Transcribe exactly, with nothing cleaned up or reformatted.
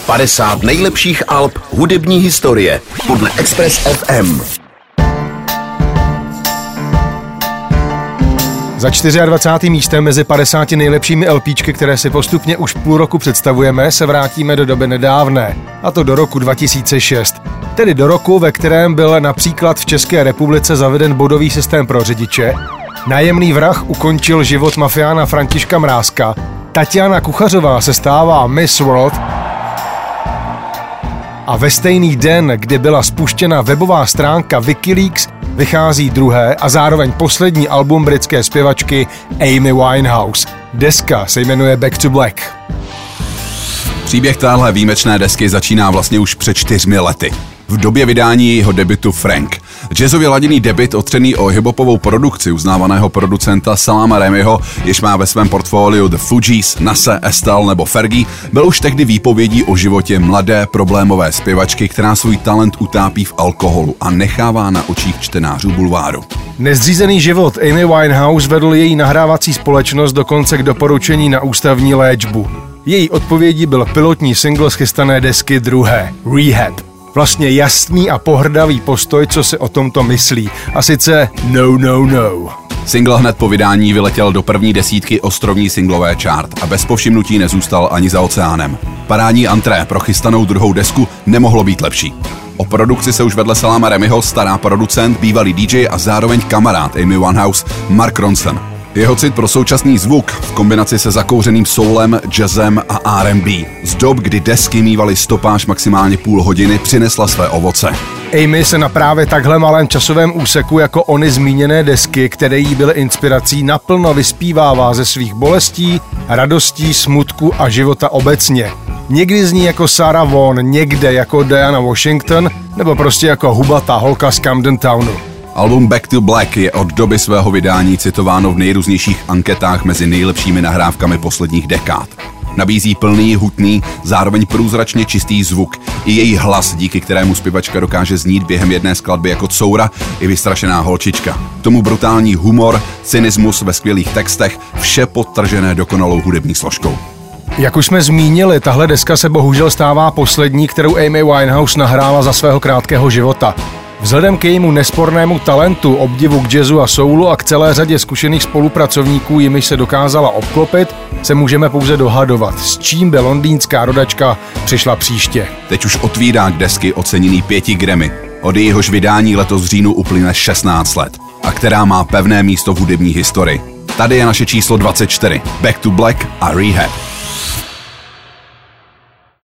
padesát nejlepších alb hudební historie podle Express F M. Za dvacátým čtvrtým místem mezi padesáti nejlepšími LPčky, které si postupně už půl roku představujeme, se vrátíme do doby nedávné, a to do roku dva tisíce šest. Tedy do roku, ve kterém byl například v České republice zaveden bodový systém pro řidiče, nájemný vrah ukončil život mafiána Františka Mrázka, Tatiana Kuchařová se stává Miss World a ve stejný den, kdy byla spuštěna webová stránka Wikileaks, vychází druhé a zároveň poslední album britské zpěvačky Amy Winehouse. Deska se jmenuje Back to Black. Příběh téhle výjimečné desky začíná vlastně už před čtyřmi lety. V době vydání jejího debutu Frank. Jazzově laděný debut otřený o hiphopovou produkci uznávaného producenta Salama Remyho, jež má ve svém portfoliu The Fugees, Nase, Estelle nebo Fergie, byl už tehdy výpovědí o životě mladé problémové zpěvačky, která svůj talent utápí v alkoholu a nechává na očích čtenářů bulváru. Nezřízený život Amy Winehouse vedl její nahrávací společnost dokonce k doporučení na ústavní léčbu. Její odpovědí byl pilotní single z chystané desky druhé, Rehab. Vlastně jasný a pohrdavý postoj, co si o tomto myslí. A sice no, no, no. Single hned po vydání vyletěl do první desítky ostrovní singlové chart a bez povšimnutí nezůstal ani za oceánem. Parádní antré pro chystanou druhou desku nemohlo být lepší. O produkci se už vedle Salama Remyho stará producent, bývalý D J a zároveň kamarád Amy Winehouse Mark Ronson. Jeho cit pro současný zvuk v kombinaci se zakouřeným soulem, jazzem a R and B z dob, kdy desky mívaly stopáž maximálně půl hodiny, přinesla své ovoce. Amy se na právě takhle malém časovém úseku jako ony zmíněné desky, které jí byly inspirací, naplno vyspívává ze svých bolestí, radostí, smutku a života obecně. Někdy zní jako Sarah Vaughan, někde jako Diana Washington, nebo prostě jako hubatá holka z Camden Townu. Album Back to Black je od doby svého vydání citováno v nejrůznějších anketách mezi nejlepšími nahrávkami posledních dekád. Nabízí plný, hutný, zároveň průzračně čistý zvuk i její hlas, díky kterému zpěvačka dokáže znít během jedné skladby jako coura i vystrašená holčička. K tomu brutální humor, cynismus ve skvělých textech, vše podtržené dokonalou hudební složkou. Jak už jsme zmínili, tahle deska se bohužel stává poslední, kterou Amy Winehouse nahrála za svého krátkého života. Vzhledem k jejímu nespornému talentu, obdivu k jazzu a soulu a k celé řadě zkušených spolupracovníků, jimiž se dokázala obklopit, se můžeme pouze dohadovat, s čím by londýnská rodačka přišla příště. Teď už otvírá k desky oceněný pěti Grammy. Od jejíhož vydání letos v říjnu uplyne šestnáct let a která má pevné místo v hudební historii. Tady je naše číslo dvacet čtyři, Back to Black a Rehab.